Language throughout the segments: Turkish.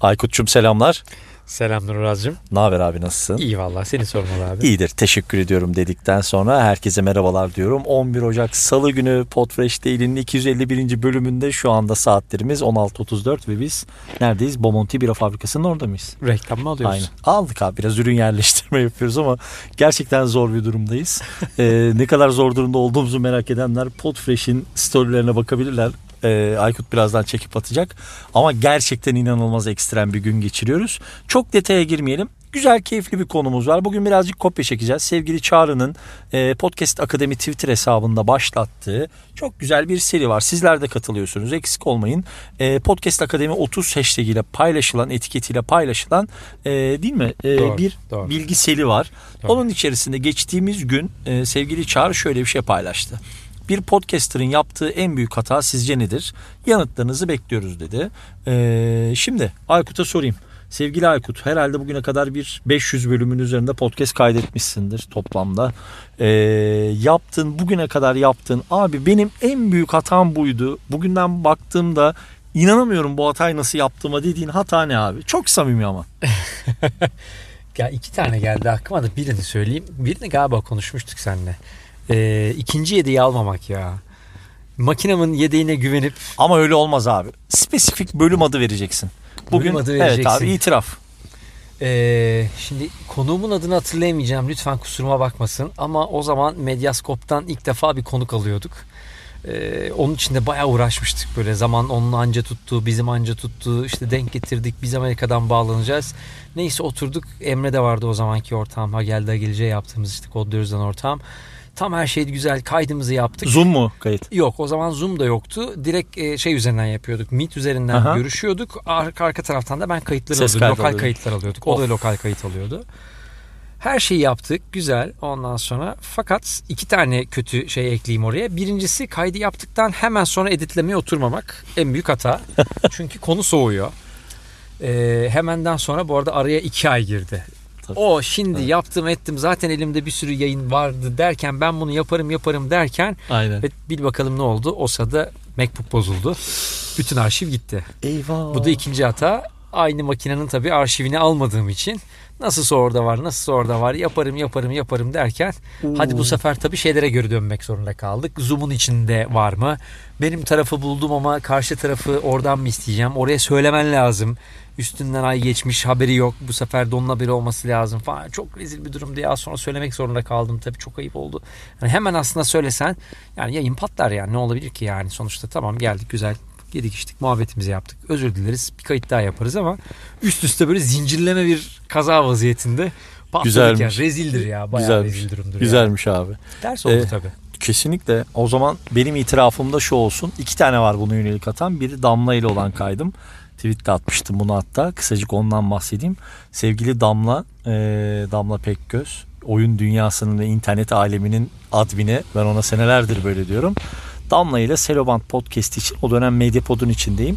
Aykut'cum selamlar. Selamlar Uraz'cığım. Ne haber abi, nasılsın? İyi vallahi, seni sormalı abi. İyidir, teşekkür ediyorum dedikten sonra herkese merhabalar diyorum. 11 Ocak Salı günü Podfresh Daily'nin 251. bölümünde şu anda saatlerimiz 16.34 ve biz neredeyiz? Bomonti Bira Fabrikası'nın orada mıyız? Reklam mı alıyoruz? Aynen. Aldık abi, biraz ürün yerleştirme yapıyoruz ama gerçekten zor bir durumdayız. Ne kadar zor durumda olduğumuzu merak edenler Podfresh'in storylerine bakabilirler. Aykut birazdan çekip atacak. Ama gerçekten inanılmaz ekstrem bir gün geçiriyoruz. Çok detaya girmeyelim. Güzel, keyifli bir konumuz var. Bugün birazcık kopya çekeceğiz. Sevgili Çağrı'nın Podcast Akademi Twitter hesabında başlattığı çok güzel bir seri var. Sizler de katılıyorsunuz. Eksik olmayın. Podcast Akademi 30 hashtag ile paylaşılan, etiketiyle paylaşılan değil mi? Doğru. Bilgi seri var. Doğru. Onun içerisinde geçtiğimiz gün sevgili Çağrı şöyle bir şey paylaştı. Bir podcaster'ın yaptığı en büyük hata sizce nedir? Yanıtlarınızı bekliyoruz dedi. Şimdi Aykut'a sorayım. Sevgili Aykut, herhalde bugüne kadar bir 500 bölümün üzerinde podcast kaydetmişsindir toplamda. Bugüne kadar yaptığın, abi benim en büyük hatam buydu. Bugünden baktığımda inanamıyorum bu hatayı nasıl yaptığıma dediğin hata ne abi? Çok samimi ama. Ya 2 tane geldi aklıma da birini söyleyeyim. Birini galiba konuşmuştuk seninle. İkinci yedeği almamak ya. Makinemin yedeğine güvenip... Ama öyle olmaz abi. Spesifik bölüm adı vereceksin. Bugün adı vereceksin. Evet abi, itiraf. Şimdi konuğumun adını hatırlayamayacağım. Lütfen kusuruma bakmasın. Ama o zaman Medyaskop'tan ilk defa bir konuk alıyorduk. Onun için de bayağı uğraşmıştık böyle. Zaman onun anca tuttu, bizim anca tuttu. İşte denk getirdik. Biz Amerika'dan bağlanacağız. Neyse oturduk. Emre de vardı o zamanki ortağım. Ha geleceği yaptığımız işte Kodluyoruz'dan ortağım. Tam her şey güzel, kaydımızı yaptık. Zoom mu kayıt? Yok, o zaman Zoom da yoktu. Direkt şey üzerinden yapıyorduk. Meet üzerinden görüşüyorduk. Arka taraftan da ben kayıtları alıyordum. Lokal kayıtlar alıyorduk. O da lokal kayıt alıyordu. Her şeyi yaptık. Güzel. Ondan sonra fakat 2 tane kötü şey ekleyeyim oraya. Birincisi, kaydı yaptıktan hemen sonra editlemeye oturmamak. En büyük hata. Çünkü konu soğuyor. Hemenden sonra bu arada araya 2 ay girdi. Tabii. O şimdi evet. Yaptım ettim, zaten elimde bir sürü yayın vardı derken, ben bunu yaparım derken ve bil bakalım ne oldu? O sırada MacBook bozuldu. Bütün arşiv gitti. Eyvah. Bu da ikinci hata. Aynı makinenin tabii arşivini almadığım için nasılsa orada var yaparım derken hadi bu sefer tabii şeylere göre dönmek zorunda kaldık. Zoom'un içinde var mı? Benim tarafı buldum ama karşı tarafı oradan mı isteyeceğim? Oraya söylemen lazım. Üstünden ay geçmiş, haberi yok. Bu sefer de onun haberi olması lazım falan. Çok rezil bir durumdu ya. Sonra söylemek zorunda kaldım. Tabii çok ayıp oldu. Yani hemen aslında söylesen yani yayın patlar yani. Ne olabilir ki yani? Sonuçta tamam, geldik güzel. Yedik içtik, muhabbetimizi yaptık. Özür dileriz. Bir kayıt daha yaparız ama üst üste böyle zincirleme bir kaza vaziyetinde patladık ya. Rezildir ya. Bayağı rezil durumdur. Güzelmiş ya. Abi. Ders oldu tabii. Kesinlikle. O zaman benim itirafım da şu olsun. 2 tane var buna yönelik hatan. Biri Damla ile olan kaydım. Tweet'te atmıştım bunu hatta. Kısacık ondan bahsedeyim. Sevgili Damla Pekgöz, oyun dünyasının ve internet aleminin admini. Ben ona senelerdir böyle diyorum. Damla ile Seloband Podcast için, o dönem Medyapod'un içindeyim.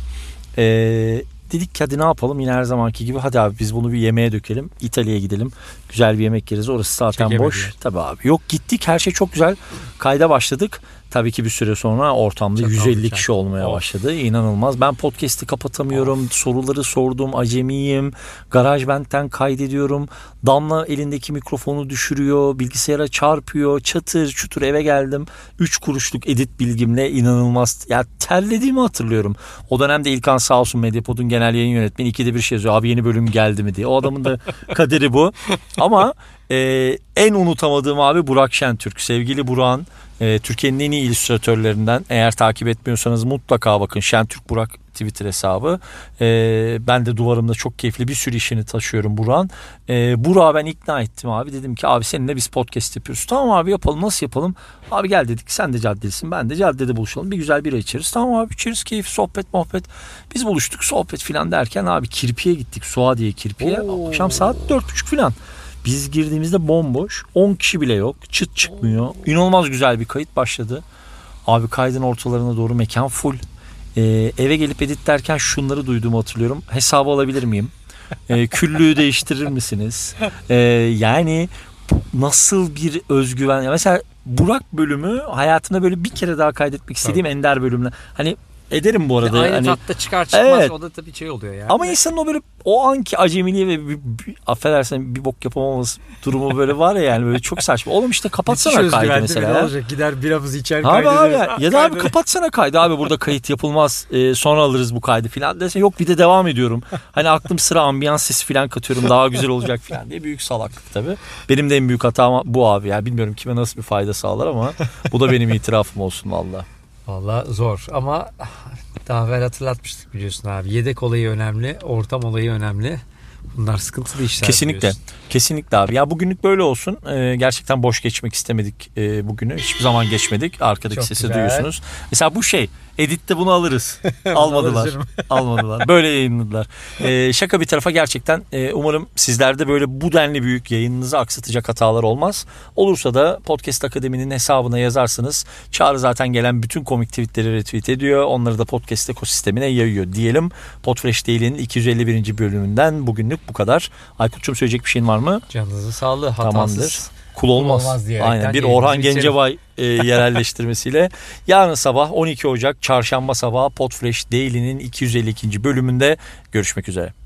Dedik ki hadi ne yapalım, yine her zamanki gibi hadi abi biz bunu bir yemeğe dökelim. İtalya'ya gidelim. Güzel bir yemek yeriz. Orası zaten çok boş. Tabii abi. Yok, gittik, her şey çok güzel. Kayda başladık. Tabii ki bir süre sonra ortamda çok 150 kişi olmaya başladı. İnanılmaz. Ben podcast'i kapatamıyorum. Soruları sordum. Acemiyim. GarageBand'den kaydediyorum. Damla elindeki mikrofonu düşürüyor. Bilgisayara çarpıyor. Çatır çutur eve geldim. 3 kuruşluk edit bilgimle inanılmaz. Ya terlediğimi hatırlıyorum. O dönemde İlkan sağ olsun, Medyapod'un genel yayın yönetmeni, 2'de bir şey yazıyor. Abi yeni bölüm geldi mi diye. O adamın da kaderi bu. Ama en unutamadığım abi Burak Şentürk. Sevgili Burak'ın Türkiye'nin en iyi illüstratörlerinden. Eğer takip etmiyorsanız mutlaka bakın. Şentürk Burak Twitter hesabı. Ben de duvarımda çok keyifli bir sürü işini taşıyorum Burak'ın. Burak'ı ben ikna ettim abi. Dedim ki abi seninle biz podcast yapıyoruz. Tamam abi yapalım. Nasıl yapalım? Abi gel dedik. Sen de caddelisin. Ben de caddede buluşalım. Bir güzel bira içeriz. Tamam abi içeriz. Keyif, sohbet, muhabbet. Biz buluştuk. Sohbet filan derken abi Kirpi'ye gittik. Suadiye Kirpi'ye. Akşam saat 4.30 filan. Biz girdiğimizde bomboş. 10 kişi bile yok. Çıt çıkmıyor. İnanılmaz güzel bir kayıt başladı. Abi kaydın ortalarına doğru mekan full. Eve gelip editlerken şunları duyduğumu hatırlıyorum. Hesabı alabilir miyim? Küllüğü değiştirir misiniz? Yani nasıl bir özgüven. Mesela Burak bölümü hayatımda böyle bir kere daha kaydetmek istediğim ender bölümler. Hani ederim bu arada. Aynı Hani, tatta çıkar çıkmaz evet. o da tabii şey oluyor ya. Ama insanın o böyle o anki acemiliği ve affedersen bir bok yapamaması durumu böyle var ya, yani böyle çok saçma. Oğlum işte kapatsana kaydı mesela. Ne olacak, gider biramızı içer Abi kaydederiz. ya da abi kapatsana kaydı abi, burada kayıt yapılmaz, sonra alırız bu kaydı falan dese, yok bir de devam ediyorum. Hani aklım sıra ambiyans sesi falan katıyorum, daha güzel olacak falan diye, büyük salaklık tabii. Benim de en büyük hatam bu abi, yani bilmiyorum kime nasıl bir fayda sağlar ama bu da benim itirafım olsun valla. Valla zor ama daha evvel hatırlatmıştık biliyorsun abi. Yedek olayı önemli, ortam olayı önemli. Bunlar sıkıntılı işler. Kesinlikle. Biliyorsun. Kesinlikle abi. Ya bugünlük böyle olsun. Gerçekten boş geçmek istemedik bugünü. Hiçbir zaman geçmedik. Arkadaki Çok sesi güzel. duyuyorsunuz. Mesela bu editte bunu alırız. Almadılar. Alırız canım. Almadılar. Böyle yayınladılar. Şaka bir tarafa, gerçekten umarım sizlerde böyle bu denli büyük yayınınızı aksatacak hatalar olmaz. Olursa da Podcast Akademi'nin hesabına yazarsınız. Çağrı zaten gelen bütün komik tweetleri retweet ediyor. Onları da podcast ekosistemine yayıyor diyelim. Podfresh Daily'nin 251. bölümünden bugünlük bu kadar. Aykut'cum söyleyecek bir şeyin var mı? Canınızın sağlığı, hatasız. Tamamdır. Kul olmaz. Aynen, bir Orhan Gencebay yerelleştirmesiyle. Yarın sabah 12 Ocak Çarşamba sabahı Podfresh Daily'nin 252. bölümünde görüşmek üzere.